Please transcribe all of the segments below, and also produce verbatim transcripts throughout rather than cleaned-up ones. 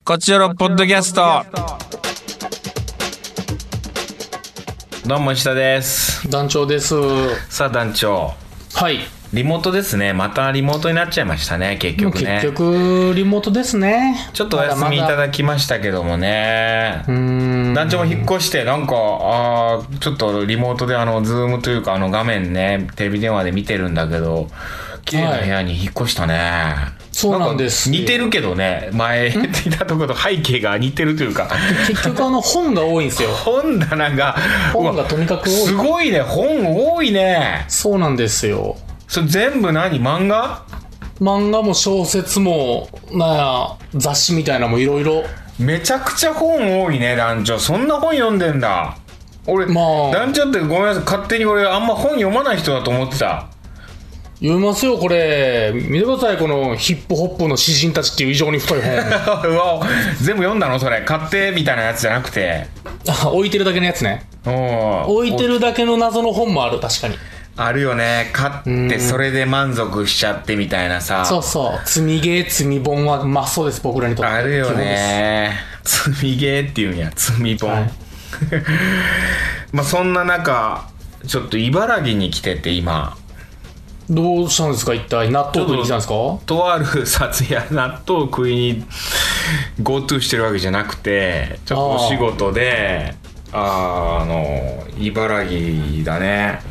こちらのポッドキャスト。どうも石田です。 団長です。 さあ団長、 はい、 リモートですね。またリモートになっちゃいましたね、結局ね。 結局リモートですね。 ちょっとお休みいただきましたけどもね。 うーん、 団長も引っ越してなんかあちょっとリモートであのズームというかあの画面ねテレビ電話で見てるんだけど、綺麗な部屋に引っ越したね、はい、 そうなんです。 似てるけどね、前言っていたところと背景が似てるというか結局あの本が多いんですよ。 本棚が本がとにかく多い。すごいね、本多いね。 そうなんですよ。 それ全部何？漫画？ 漫画も小説もなんや雑誌みたいなのもいろいろ。 めちゃくちゃ本多いね団長。そんな本読んでんだ。俺、まあ、団長ってごめんなさい、勝手に俺あんま本読まない人だと思ってた。 読みますよ。これ見てください、このヒップホップの詩人たちっていう異常に太い本うわ全部読んだの？それ買ってみたいなやつじゃなくて置いてるだけのやつね。置いてるだけの謎の本もある。確かにあるよね。買ってそれで満足しちゃってみたいなさ。 そうそう、積みゲー積み本はまあそうです、僕らにとって。 あるよね。積みゲーっていうんや、積み本、はい、まあそんな中ちょっと茨城に来てて、今どうしたんですか？一体納豆食いに来たんですか？ とある撮影、納豆食いに GoTo してるわけじゃなくて、ちょっとお仕事でああの茨城だね。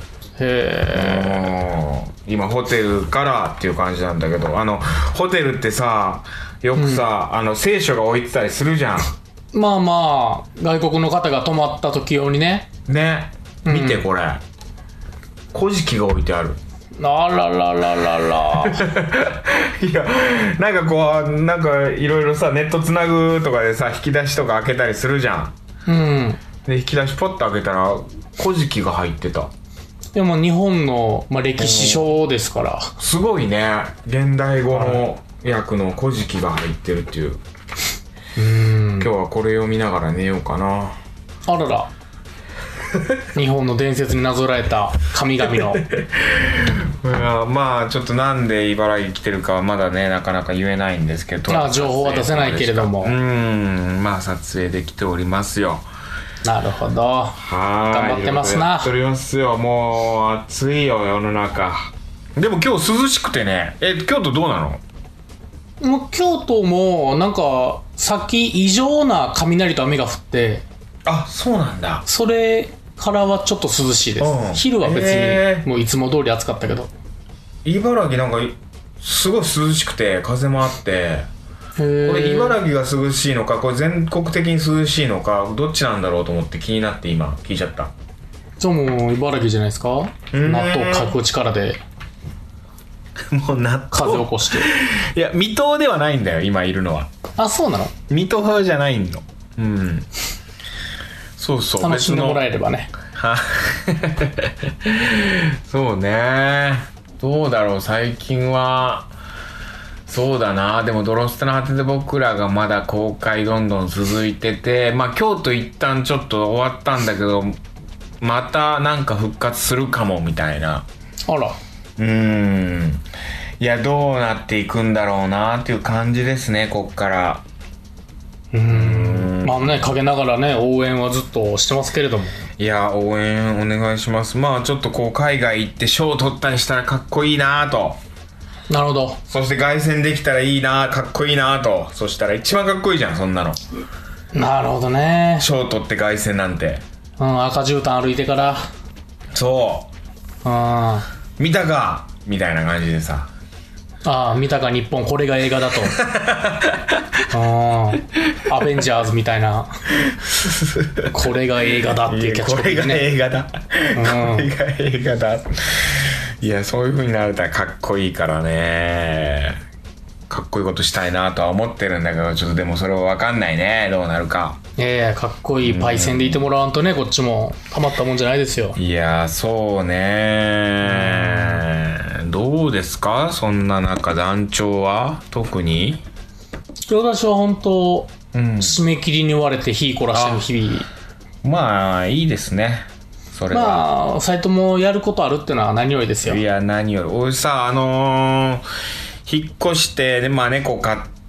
へえ。今ホテルからっていう感じなんだけど、あのホテルってさ、よくさ、うん、あの聖書が置いてたりするじゃん。 まあまあ外国の方が泊まった時用にね。 ね、見てこれ、うん、古事記が置いてある。 あらららららいや、なんかこうなんかいろいろさ、ネットつなぐとかでさ、引き出しとか開けたりするじゃん。うん。で引き出しポッと開けたら古事記が入ってた。 でも日本の、まあ、歴史書ですから、 すごいね。現代語の訳の古事記が入ってるっていう。うーん、今日はこれを見ながら寝ようかな。 あらら日本の伝説になぞらえた神々のまあちょっとなんで茨城来てるかはまだねなかなか言えないんですけど、 ああ情報は出せないけれども、 うーん、まあ撮影できておりますよ。 なるほど。はい、頑張ってますな。 やっておりますよ。もう暑いよ世の中。でも今日涼しくてね。え、京都どうなの？ もう京都もなんかさっき異常な雷と雨が降って、 あ、そうなんだ。 それからはちょっと涼しいです、うん、昼は別にもういつも通り暑かったけど、 茨城なんかすごい涼しくて風もあって、これ茨城が涼しいのか、これ全国的に涼しいのか、どっちなんだろうと思って気になって今聞いちゃった。 じゃあもう茨城じゃないですか。納豆かく力でもう納豆風起こしていや水戸ではないんだよ今いるのは。 あ、そうなの？ 水戸派じゃないの。うん、そうそう、 楽しんでもらえればね。 はそうね。どうだろう最近は。そうだな。でもドロステの果てで僕らがまだ公開どんどん続いてて、まあ京都一旦ちょっと終わったんだけど、またなんか復活するかもみたいな。 あら。 うーん、いやどうなっていくんだろうなっていう感じですね、こっから。 うーん、まあね、陰ながらね応援はずっとしてますけれども。 いや応援お願いします。まあちょっとこう海外行って賞を取ったりしたらかっこいいなと。 なるほど。 そして凱旋できたらいいな、かっこいいなと。そしたら一番かっこいいじゃんそんなの。 なるほどね。 賞取って凱旋なんて、 うん、赤絨毯歩いてから、 そう、 あ見たかみたいな感じでさ、 ああ見たか日本これが映画だとああアベンジャーズみたいなこれが映画だっていうキャッチコピーね。これが映画だ、うん、これが映画だ。 いやそういう風になるとかっこいいからね、かっこいいことしたいなとは思ってるんだけど、ちょっとでもそれは分かんないね、どうなるか。 ええ、かっこいいパイセンでいてもらわんとね、こっちもたまったもんじゃないですよ。 いやそうね、どうですかそんな中団長は特に。 私は本当、うん、締め切りに追われて日凝らしてる日々。 まあいいですねそれは。 まあサイトもやることあるっていうのは何よりですよ。 いや何より俺さ、あのー、引っ越してでまあ猫飼っ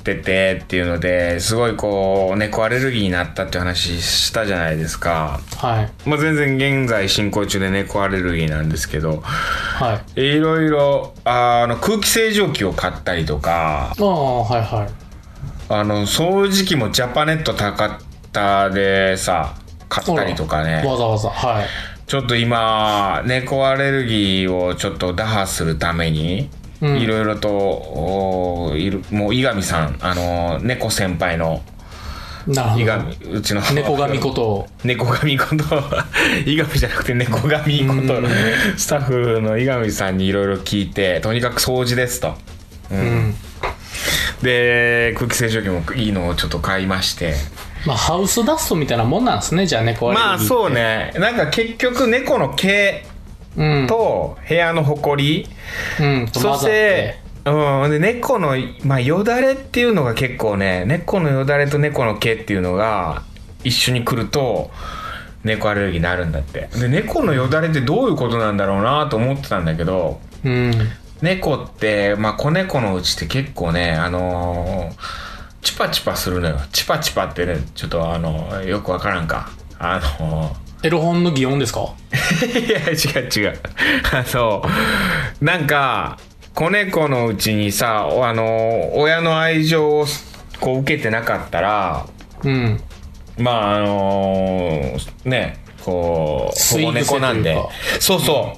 っててっていうのですごいこう猫アレルギーになったって話したじゃないですか。 はい。 まあ、全然現在進行中で猫アレルギーなんですけど、 はい。 いろいろあの空気清浄機を買ったりとか、 ああ、はいはい。 あの掃除機もジャパネット高田でさ買ったりとかね。 わざわざ。はい。 ちょっと今猫アレルギーをちょっと打破するためにいろいろといるもう伊上さんあの猫先輩の伊上うちの猫神こと猫神こと伊上じゃなくて猫神ことスタッフの伊上さんにいろいろ聞いてとにかく掃除ですと、うんうん、で空気清浄機もいいのをちょっと買いまして、 まあ、ハウスダストみたいなもんなんですね。じゃあ猫アレルギーって。 まあそうね。なんか結局猫の毛と部屋のほこり、うん、そしてうん、で猫の、まあ、よだれっていうのが結構ね猫のよだれと猫の毛っていうのが一緒に来ると猫アレルギーになるんだって。で猫のよだれってどういうことなんだろうなと思ってたんだけど、うん、猫って、まあ、子猫のうちって結構ねあのー、チュパチュパするのよ。チュパチュパってねちょっとあのよくわからんかあのーエロ本の擬音ですか？ いや違う違うあのなんか子猫のうちにさあの親の愛情をこう受けてなかったら、うん、まああのねこう保護猫なんでそうそう、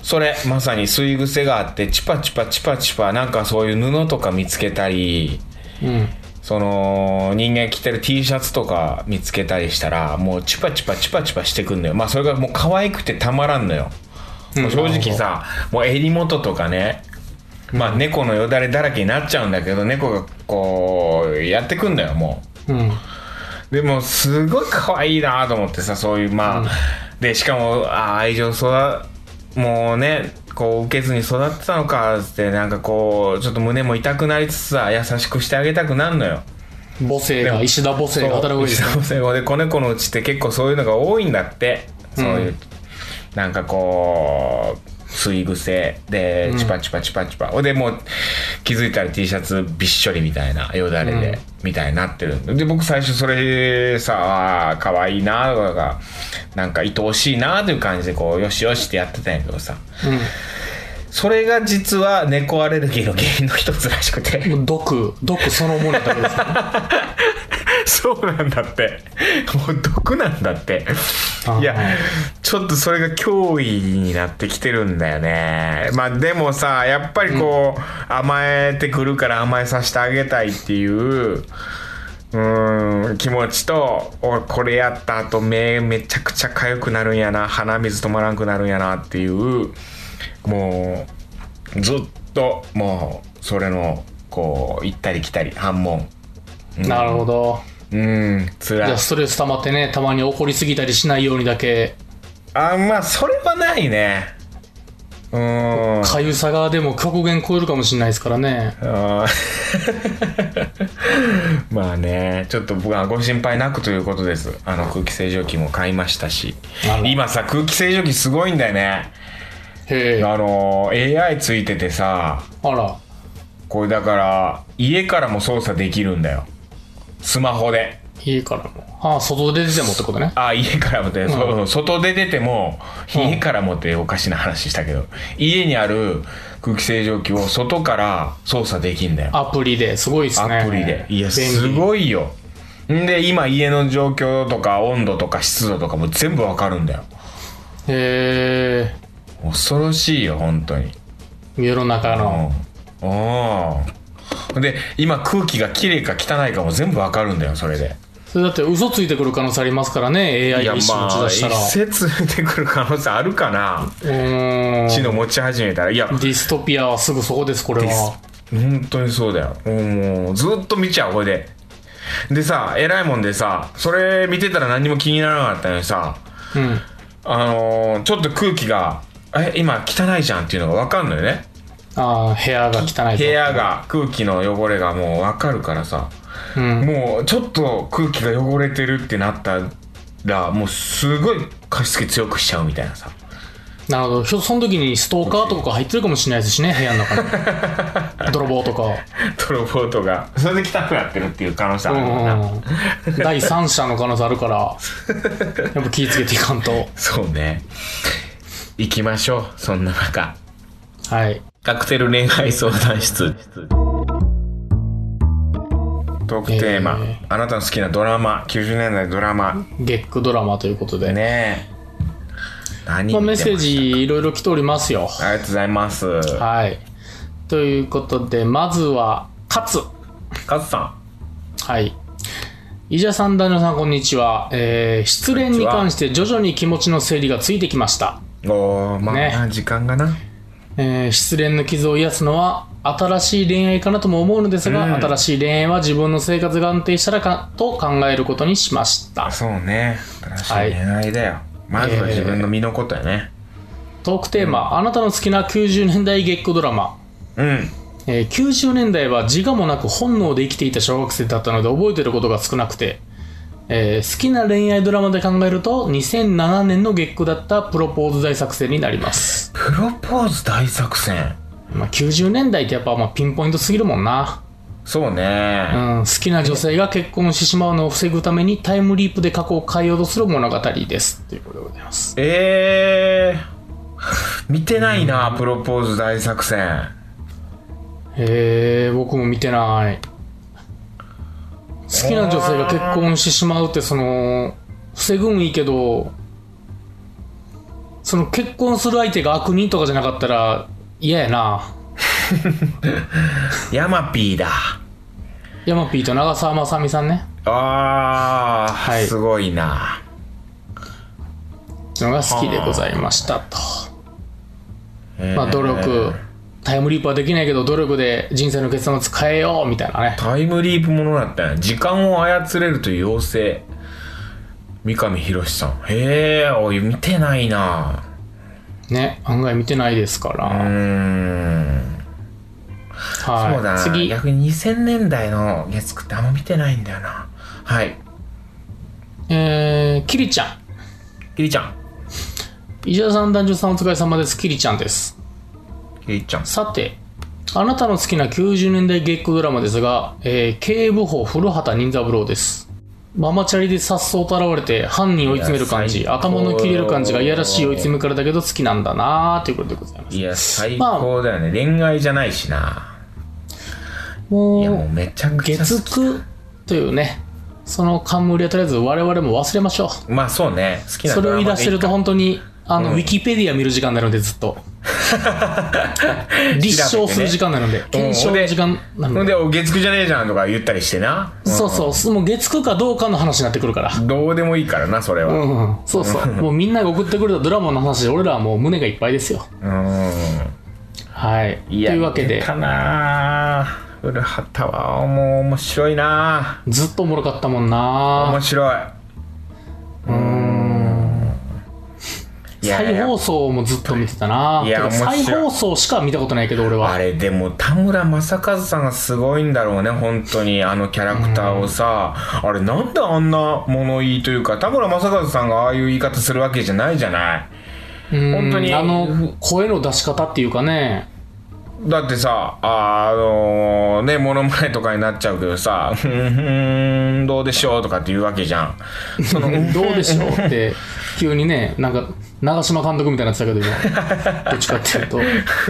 それまさに吸い癖があってチュパチュパチュパチュパなんかそういう布とか見つけたり、うんその人間着てる T シャツとか見つけたりしたらもうチュパチュパチュパチュパしてくんのよ。まあそれがもう可愛くてたまらんのよ、うん、もう正直さもう襟元とかねまあ猫のよだれだらけになっちゃうんだけど猫がこうやってくんだよもう、うん、でもすごい可愛いなと思ってさそういうまあ、うん、でしかもあ愛情育もうねこう受けずに育ってたのかってなんかこうちょっと胸も痛くなりつつさ優しくしてあげたくなるのよ。 母性が石田母性が働くわけですね。 石田母性語で子猫のうちって結構そういうのが多いんだって、うん、そういうなんかこう吸い癖でチュパチュパチュパチュパ、うん、でもう気づいたら T シャツびっしょりみたいなよだれで、うん、みたいになってるんで、で僕最初それさあ可愛いなとかなんか愛おしいなという感じでこうよしよしってやってたんやけどさ、うん、それが実は猫アレルギーの原因の一つらしくて毒毒そのものだけですねそうなんだってもう毒なんだっていやちょっとそれが脅威になってきてるんだよね。まあでもさやっぱりこう、うん、甘えてくるから甘えさせてあげたいっていううーん気持ちと俺これやった後目めちゃくちゃ痒くなるんやな鼻水止まらんくなるんやなっていうもうずっともうそれのこう行ったり来たり反問、 うん、なるほどうんつらい。 じゃあストレス溜まってねたまに怒りすぎたりしないようにだけあまあそれはないね。うんかゆさがでも極限超えるかもしれないですからね。あまあねちょっと僕はご心配なくということです。あの空気清浄機も買いましたし今さ空気清浄機すごいんだよね。へあの エーアイ ついててさあらこれだから家からも操作できるんだよスマホで。 家からもああ外で出てもってことね。 ああ家からもって、うん、そう外で出ても家からもっておかしな話したけど、うん、家にある空気清浄機を外から操作できんだよアプリですごいですね。 アプリでいやすごいよ。んで今家の状況とか温度とか湿度とかも全部わかるんだよ。 へえ恐ろしいよ本当に世の中のうんで今空気がきれいか汚いかも全部わかるんだよそれで。 それだって嘘ついてくる可能性ありますからね エーアイ が意思持ち出したら。 いやまあ一説ついてくる可能性あるかな。うん知能持ち始めたらいやディストピアはすぐそこですこれは。 本当にそうだよ。もうずっと見ちゃうこれで。でさ偉いもんでさそれ見てたら何も気にならなかったのにさ、うん、あのー、ちょっと空気がえ今汚いじゃんっていうのが分かんのよね。 あ部屋が汚い部屋が空気の汚れがもう分かるからさ、うん、もうちょっと空気が汚れてるってなったらもうすごい加湿器強くしちゃうみたいなさ。 なるほど。その時にストーカーとか入ってるかもしれないですしね、部屋の中に泥棒とか泥棒とかそれで帰宅やってるっていう可能性あるもんな、 うん、第三者の可能性あるからやっぱ気ぃつけていかんと。 そうね、行きましょう。そんな中、 はい、 カクテル恋愛相談室トークテーマ、えー、あなたの好きなドラマ、きゅうじゅうねんだいのドラマ、 月9ドラマということでねえ、何まあ、メッセージいろいろ来ておりますよ。 ありがとうございます。 はい、ということでまずは勝勝さん、 はい、伊者さん、男女さん、こんにちは。えー、失恋に関して徐々に気持ちの整理がついてきました。 おー、まあ、ね、時間がな、 えー、失恋の傷を癒すのは新しい恋愛かなとも思うのですが、うん、新しい恋愛は自分の生活が安定したらかと考えることにしました。 そうね、新しい恋愛だよ、はい、まずは自分の身のことやね、 えー、トークテーマ、うん、あなたの好きなきゅうじゅうねんだい月9ドラマ、 うんえー、きゅうじゅうねんだいは自我もなく本能で生きていた小学生だったので覚えてることが少なくて、えー、好きな恋愛ドラマで考えるとにせんななねんの月9だったプロポーズ大作戦になります。 プロポーズ大作戦、 まあ、きゅうじゅうねんだいってやっぱまあピンポイントすぎるもんな。 そうね、 うん、好きな女性が結婚してしまうのを防ぐためにタイムリープで過去を変えようとする物語ですということでございます。 えー、見てないな、うん、プロポーズ大作戦。 へえ、僕も見てない。好きな女性が結婚してしまうってその防ぐんいいけど、その結婚する相手が悪人とかじゃなかったら嫌やな。 ヤマピーだ。 ヤマピーと長澤まさみさんね。 ああ、はい、すごいな。 のが好きでございましたと。まあ努力、タイムリープはできないけど努力で人生の結末変えようみたいなね。 タイムリープものだったね。時間を操れるという妖精、三上博史さん。へえ、おい見てないな。 ね、案外見てないですから。うーん、 はい、そうだな。次、逆ににせんねんだいの月9ってあんま見てないんだよな。はい。 えー、キリちゃん。 キリちゃん。 石田さん、男女さんお疲れ様です。キリちゃんです。 キリちゃん。 さて、あなたの好きなきゅうじゅうねんだい月9ドラマですが、えー、警部補古畑任三郎です。ママチャリでさっそうと現れて犯人を追い詰める感じ、頭の切れる感じがいやらしい追い詰めからだけど好きなんだなーということでございます。 いや最高だよね、まあ、恋愛じゃないしな。 もう、 いやもうめちゃくちゃ月9というね、その冠はとりあえず我々も忘れましょう。まあそうね、好きなそれを言い出してると本当にあの、うん、ウィキペディア見る時間なのでずっと立証する時間なので、ね、検証の時間なので、 ほんで月9じゃねえじゃんとか言ったりしてな、 うん、そうそう、もう月9かどうかの話になってくるから、 どうでもいいからなそれは、うん、 そうそうもうみんなが送ってくれたドラマの話で俺らはもう胸がいっぱいですよ。うん、はい、 いやというわけでかな古畑はもう面白いな。 ずっとおもろかったもんな。 面白い。うーん、 再放送もずっと見てたな。いや再放送しか見たことないけど俺は。 あれでも田村正和さんがすごいんだろうね本当に、あのキャラクターをさ、あれなんであんな物言いというか、田村正和さんがああいう言い方するわけじゃないじゃない。 本当にあの声の出し方っていうかね、 だってさ、あ、あのー、ね、モノマネとかになっちゃうけどさ、ふん、どうでしょうとかって言うわけじゃん。 そのどうでしょうって急にね、なんか長嶋監督みたいになってたけど今どっちかっていうと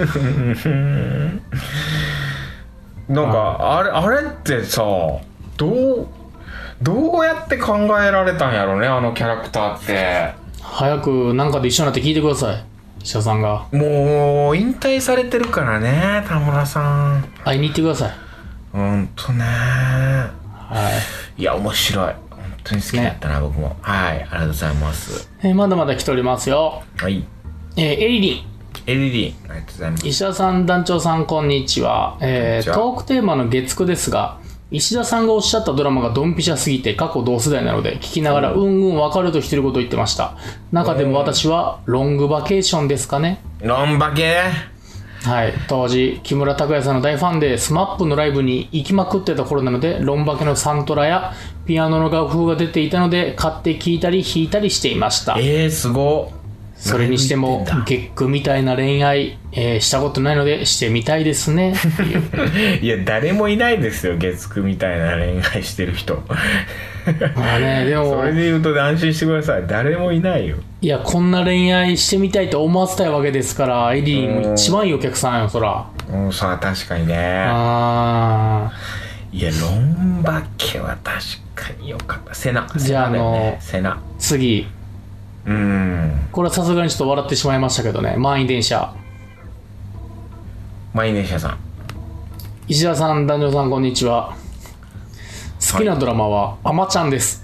なんかあれあれってさ、どうどうやって考えられたんやろね、あのキャラクターって。 早くなんかで一緒になって聞いてください、記者さんが。 もう引退されてるからね、田村さん。 会いに行ってください。 ほんとね。はい。いや面白い。本当に好きだったな、ね、僕も。はい、ありがとうございます。 えー、まだまだ来ておりますよ。 はい。 えー、エリリン。 エリリン、ありがとうございます。 石田さん、団長さん、こんにちは。えー、トークテーマの月9ですが、石田さんがおっしゃったドラマがドンピシャすぎて過去同世代なので聞きながらうんうん分かるとしてることを言ってました。中でも私はロングバケーションですかね。 ロンバケ。 はい、当時木村拓哉さんの大ファンでスマップのライブに行きまくってた頃なので、ロンバケのサントラやピアノの楽譜が出ていたので買って聴いたり弾いたりしていました。 えー、すご。 それにしても月句みたいな恋愛、えー、したことないのでしてみたいですねっていういや誰もいないですよ月9みたいな恋愛してる人まあねでもそれで言うと安心してください、誰もいないよ。 いやこんな恋愛してみたいと思わせたいわけですから、エリリンも一番いいお客さんよそら。 うんさあ確かにね。 あいやロンバケは確かによかった。セナじゃあ、 セナだよね、 あのセナ。 次うんこれはさすがにちょっと笑ってしまいましたけどね、満員電車。 満員電車さん、 石田さん男女さんこんにちは。好きなドラマはあまちゃんです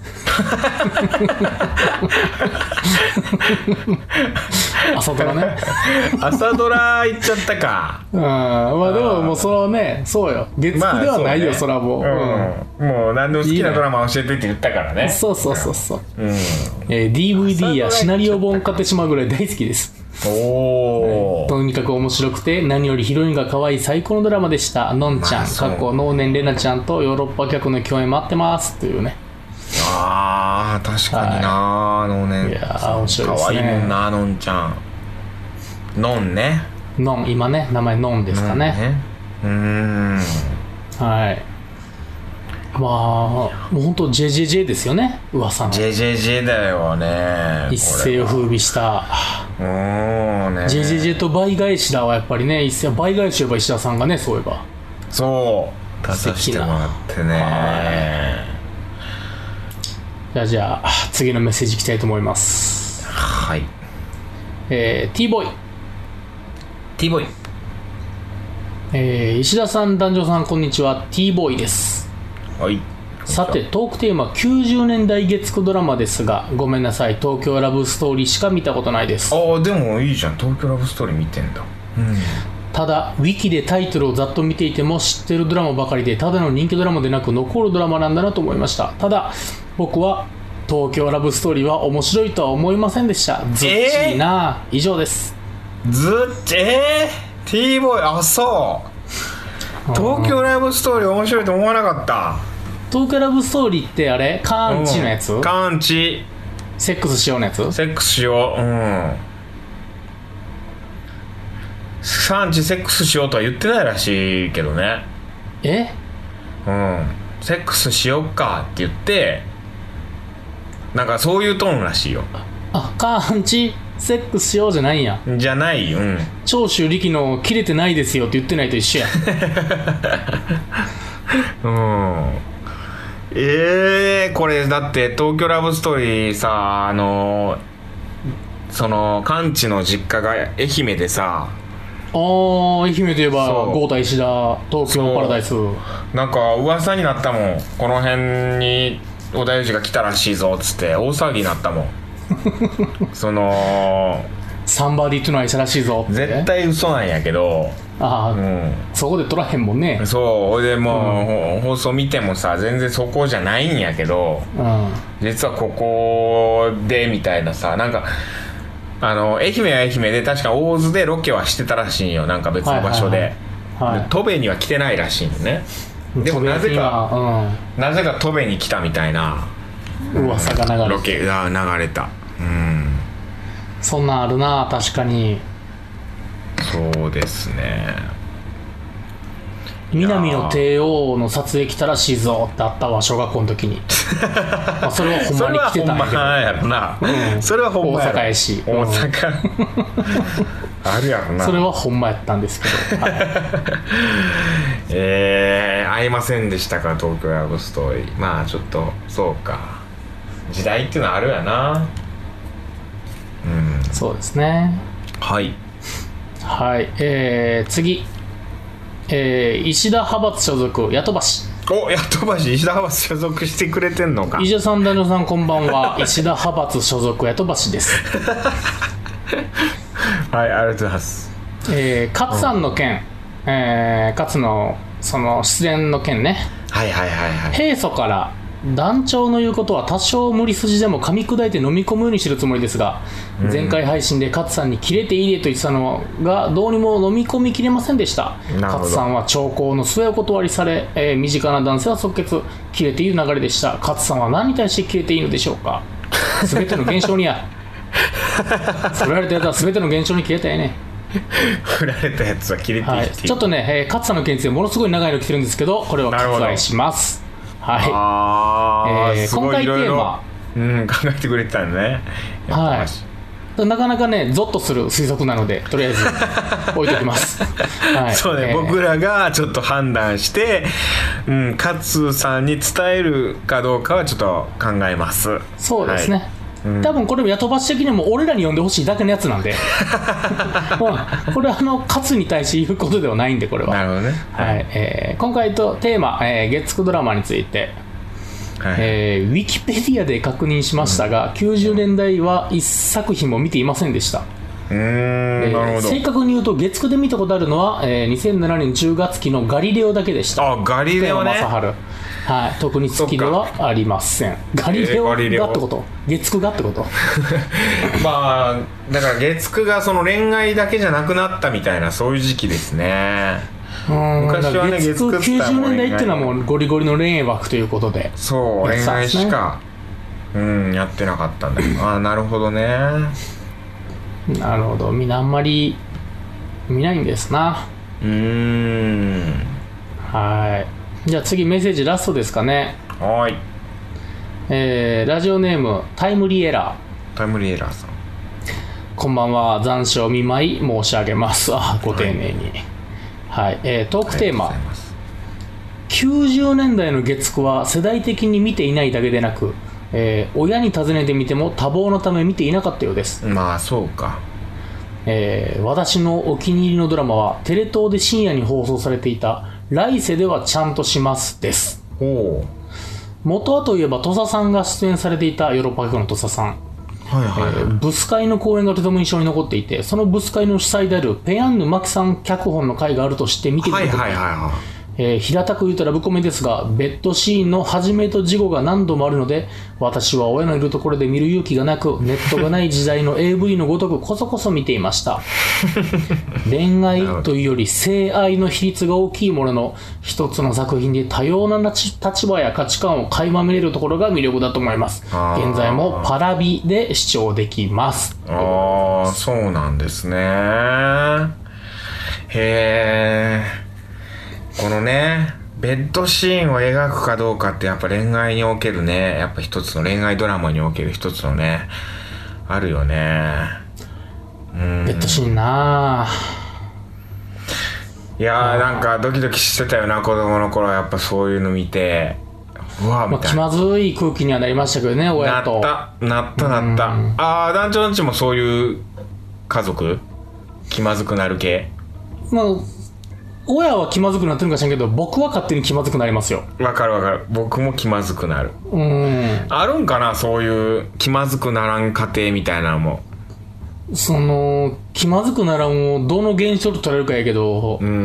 朝ドラね朝ドラ行っちゃったかうんまあでももうそれはねそうよ月9ではないよ、 まあそれはもう、 うん、もう何でも好きなドラマ教えてって言ったからね。 そうそうそうそう、 うん、 えー、ディーブイディー やシナリオ本買ってしまうぐらい大好きです。 おお、 とにかく面白くて何よりヒロインが可愛い最高のドラマでした。のんちゃん、 まあそう過去能年玲奈ちゃんとヨーロッパ客の共演待ってますというね。 あー確かにな、はい、のねいやー面白いですね。 可愛いもんなのんちゃん。のんね、 のん今ね名前のんですかね。 ねうーんはいまあもうほんと ジェイジェイジェイ ですよね噂のジェイジェイジェイ だよね。 一世を風靡したうーんねジェイジェイジェイ と倍返しだはやっぱりね、一世倍返しといえば石田さんがね、そういえばそう出させてもらってね。 じゃあじゃあ次のメッセージいきたいと思います。 はい、 えー、T ボーイ T ボーイ、 えー、石田さん男女さんこんにちは。 T ボーイです。 はい、 さてトークテーマきゅうじゅうねんだい月9ドラマですが、ごめんなさい東京ラブストーリーしか見たことないです。 ああでもいいじゃん、東京ラブストーリー見てんだ。うんただウィキでタイトルをざっと見ていても知ってるドラマばかりで、ただの人気ドラマでなく残るドラマなんだなと思いました。ただ僕は東京ラブストーリーは面白いとは思いませんでした。ずっちいな、えー、以上です。 ずっちえー、T ボーイ、あそう東京ラブストーリー面白いと思わなかった。 東京ラブストーリーってあれカーンチのやつ、 うん、カーンチセックスしようのやつ、 セックスしよう、うんカーンチセックスしようとは言ってないらしいけどね。 えうんセックスしよっかって言ってなんかそういうトーンらしいよ。 あカーンチセックスしようじゃないんや。 じゃないよ、うん、 長州力の切れてないですよって言ってないと一緒やうんえー、これだって東京ラブストーリーさ、あのそのカンチの実家が愛媛でさ、 あー愛媛といえば豪太石田東京パラダイス、 なんか噂になったもん、この辺に織田裕二が来たらしいぞっつって大騒ぎになったもんそのサンバディトゥナイトらしいぞって。 絶対嘘なんやけど、 ああ、 うん、 そこで撮らへんもんね。 そうほいでもう、うん、放送見てもさ全然そこじゃないんやけど、 うん、実はここでみたいなさ、なんかあの愛媛は愛媛で確か大津でロケはしてたらしいんよ、なんか別の場所で、はいはいはいはい、戸部には来てないらしいのね。でもなぜか、うん、なぜか戸部に来たみたいな噂が流れた、 ロケが流れた、うん、 そんなんあるな確かに。 そうですね。 南の帝王の撮影来たらしいぞってあったわ小学校の時にまあそれはほんまに来てたんやけど、それはほんまやろな、うん、それはほんまやろ、大阪やし大阪、うん、あるやろな、それはほんまやったんですけど、はい、 えー、会いませんでしたか東京ラブストーリー。まあちょっとそうか、時代っていうのはあるやな。 うん、そうですね。 はいはい、えー、次、えー、石田派閥所属やとばし。 おやとばし石田派閥所属してくれてんのか。 石田さん男女さんこんばんは石田派閥所属やとばしですはいありがとうございます。 えー、勝さんの件、うん、えー、勝のその出演の件ね、 はいはいはいはい、 平素から団長の言うことは多少無理筋でも噛み砕いて飲み込むようにしてるつもりですが、うん、前回配信で勝さんにキレていいでと言ってたのがどうにも飲み込みきれませんでした。勝さんは長考の末お断りされ、えー、身近な男性は即決キレている流れでした。勝さんは何に対してキレていいのでしょうか。全ての現象には振られたやつは全ての現象に消えたよね。 振られたやつは切れていい、 はい、ちょっとね、えー、勝さんの件についてものすごい長いの来てるんですけど、これは割愛します。はい、 あ、 えー、 すごい今回テーマ、 うん、考えてくれてたんだね。 はい、なかなかねゾッとする推測なのでとりあえず置いときます、はい、 そうね、えー、僕らがちょっと判断して、うん、勝さんに伝えるかどうかはちょっと考えます。 そうですね、はい、うん、多分これもやとばし的にも俺らに読んでほしいだけのやつなんで、うん、これはあの勝に対して言うことではないんで、これはなるほどね、 はい、えー、今回とテーマ、えー、月9ドラマについて、はい、えー、ウィキペディアで確認しましたが、うん、きゅうじゅうねんだいは一作品も見ていませんでした。 うーん、えー、なるほど。 正確に言うと月くで見たことあるのは、えー、にせんななねんじゅうがつ期のガリレオだけでした。 あ、ガリレオね。 正治、はい、特に好きではありません。ガリレオがってこと、月くがってことまあだから月くがその恋愛だけじゃなくなったみたいな、そういう時期ですね。 うん、昔はね、月くきゅうじゅうねんだいっていうのはもうゴリゴリの恋愛枠ということで、 そう、恋愛しか、うん、やってなかったんだけど、ああ、なるほどね。 なるほど、みんなあんまり見ないんですな。 うーん、 はい。じゃあ次メッセージラストですかね。 はい、 えー、ラジオネームタイムリーエラータイムリーエラーさん、 こんばんは。残暑見舞い申し上げます。あ、ご丁寧に、はい、はい、えー、トークテーマ、きゅうじゅうねんだいの月くは世代的に見ていないだけでなく、えー、親に尋ねてみても多忙のため見ていなかったようです。 まあそうか。 えー、私のお気に入りのドラマはテレ東で深夜に放送されていた来世ではちゃんとしますです。 お元はといえば土佐さんが出演されていたヨーロッパ局の土佐さん、 はいはいはい、 えー、ブス会の公演がとても印象に残っていて、そのブス会の主催であるペヤンヌ・マキさん脚本の会があるとして見てみたとき、はいはいはいはい、えー、平たく言うとラブコメですが、ベッドシーンの始めと事後が何度もあるので、私は親のいるところで見る勇気がなく、ネットがない時代の エーブイ のごとくこそこそ見ていました恋愛というより性愛の比率が大きいものの、一つの作品で多様な立場や価値観を垣間見れるところが魅力だと思います。現在もパラビで視聴できます。 ああ、そうなんですね。へー、このね、ベッドシーンを描くかどうかってやっぱ恋愛におけるね、やっぱ一つの恋愛ドラマにおける一つのね、あるよね。うん、 ベッドシーンなぁ。 いやー、なんかドキドキしてたよな、子供の頃は。やっぱそういうの見て、うわみたいな、 まあ、気まずい空気にはなりましたけどね、親と。 なったなったなった。ああ、団長んちもそういう家族気まずくなる系。 まあ親は気まずくなってるんか知らんけど、僕は勝手に気まずくなりますよ。 わかるわかる。僕も気まずくなる。 うん。 あるんかな、そういう気まずくならん家庭みたいなのも。 その気まずくならんをどの現象と取れるかやけど、 うん。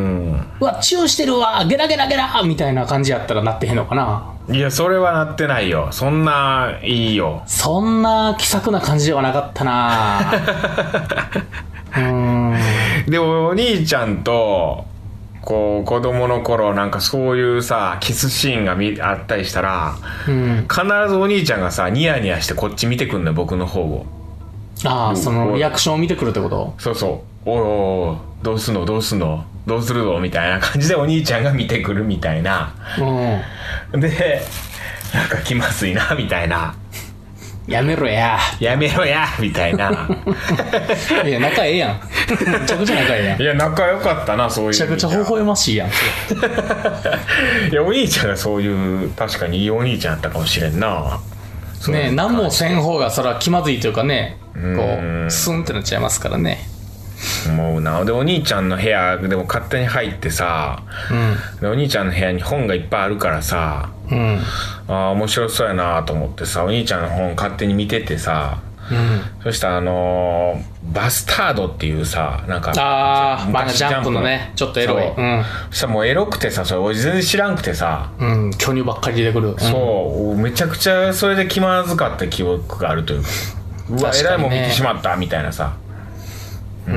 うわ、チューしてるわ、ゲラゲラゲラみたいな感じやったらなってへんのかな。 いや、それはなってないよ。そんないいよ。 そんな気さくな感じではなかったな。うーん。 でもお兄ちゃんとこう子供の頃なんかそういうさキスシーンが見あったりしたら、うん、必ずお兄ちゃんがさニヤニヤしてこっち見てくんのよ、僕の方を。 ああ、そのリアクションを見てくるってこと？ そうそう。おいおいどうすんのどうすんのどうするぞみたいな感じでお兄ちゃんが見てくるみたいな、うん、でなんか気まずいなみたいな、 やめろややめろやみたいないや仲ええやんめちゃくちゃ仲ええやん。 いや仲良かったな、そういうめちゃくちゃ微笑ましいやんいやお兄ちゃんがそういう確かにいいお兄ちゃんやったかもしれんな。 ねえ、何もせん方がそれは気まずいというかね、こうスンってなっちゃいますからね。 思うな。でお兄ちゃんの部屋でも勝手に入ってさ、うん、でお兄ちゃんの部屋に本がいっぱいあるからさ、うん、ああ面白そうやなと思ってさ、お兄ちゃんの本勝手に見ててさ、うん、そしたらあのー、バスタードっていうさ、なんかああバカジャンプのねちょっとエロい、 うん、そしたらもうエロくてさ、それ俺全然知らんくてさ、 うん、巨乳ばっかり出てくる、うん、 そうめちゃくちゃそれで気まずかった記憶があるというか、うわ、ね、えらいもん見てしまったみたいなさ、 うん、うん、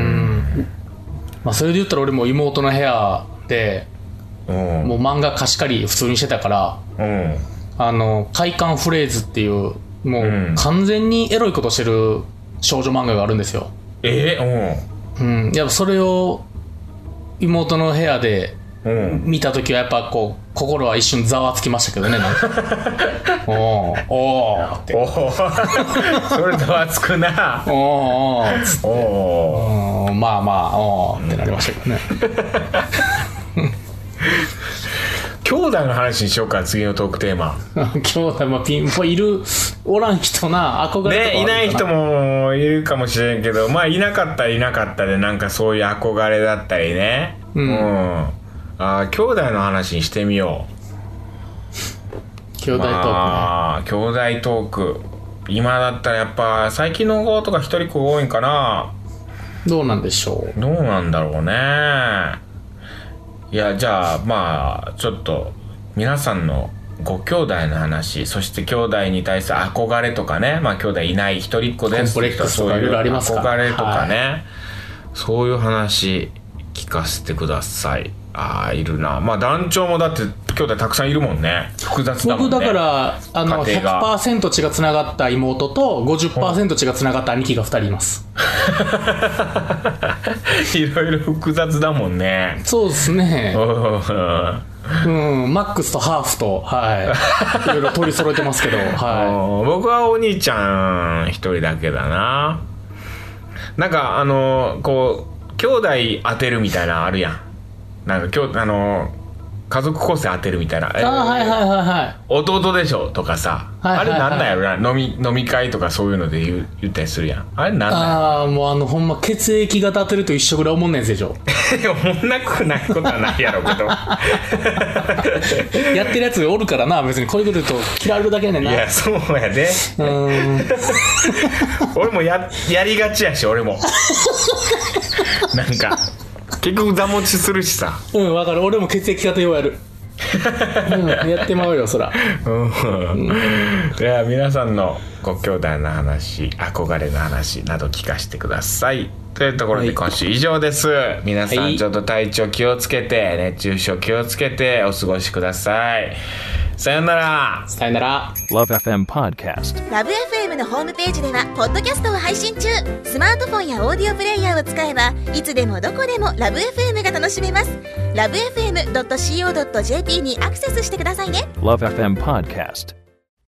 まあそれで言ったら俺も妹の部屋で、うん、もう漫画貸し借り普通にしてたから、うん、あの快感フレーズっていうもう完全にエロいことしてる少女漫画があるんですよ。 えー、うん、うん、やっぱそれを妹の部屋で見た時はやっぱこう心は一瞬ざわつきましたけどね。なんかおーおーっておそれざわつくな。 おーつっておーまあまあおーってなりましたけどね。 兄弟の話にしようか、次のトークテーマ。 兄弟もピンポいるおらん人な、憧れとかね、いない人もいるかもしれんけど、まあいなかったらいなかったで、なんかそういう憧れだったりね、うん、うん、あ、兄弟の話にしてみよう。兄弟トークね、まあ、兄弟トーク今だったらやっぱ最近の子とか一人っ子多いんかな。 どうなんでしょう。 どうなんだろうね。いや、じゃあまあちょっと皆さんのご兄弟の話、そして兄弟に対する憧れとかね、まあ兄弟いない一人っ子ですコンプレックスとかいろいろありますか、 憧れとかね、はい、そういう話聞かせてください。ああ、いるな。まあ団長もだって兄弟たくさんいるもんね。複雑だもんね。 僕だからあの ひゃくパーセント 血がつながった妹と ごじゅっパーセント 血がつながった兄貴がふたりいます。 いろいろ複雑だもんね。 そうですね。うん、マックスとハーフと、はい、いろいろ取り揃えてますけど、はい、 僕はお兄ちゃん一人だけだな。なんかあのこう兄弟当てるみたいなのあるやん。なんか今日あの家族構成当てるみたいな。 あ、えー、はいはいはいはい。 弟でしょとかさ、はいはいはい、あれなんだよな、飲み飲み会とかそういうので言う言ったりするやん。あれなんだよ。 ああ、もうあのほんま血液型当てると一緒ぐらい思んないやつでしょ。 おもんなくないことはないやろうけど。 やってるやつおるからな、別にこういうこと言うと嫌われるだけやねんな。 いや、そうやで。うん。俺も や, やりがちやし、俺も。なんか。結局座持ちするしさ。 うん、分かる。俺も血液型ようやる。うん、やってまうよそら。うん。 では皆さんのご兄弟の話、憧れの話など聞かせてください。というところで今週以上です。はい、皆さんちょっと体調気をつけて、熱中症気をつけてお過ごしください。さよなら。 さよなら。 Love エフエム Podcast。 ラブ エフエム のホームページではポッドキャストを配信中。スマートフォンやオーディオプレイヤーを使えばいつでもどこでもラブ エフエム が楽しめます。ラブ エフエムドットシーオードットジェーピー にアクセスしてくださいね。 Love エフエム Podcast。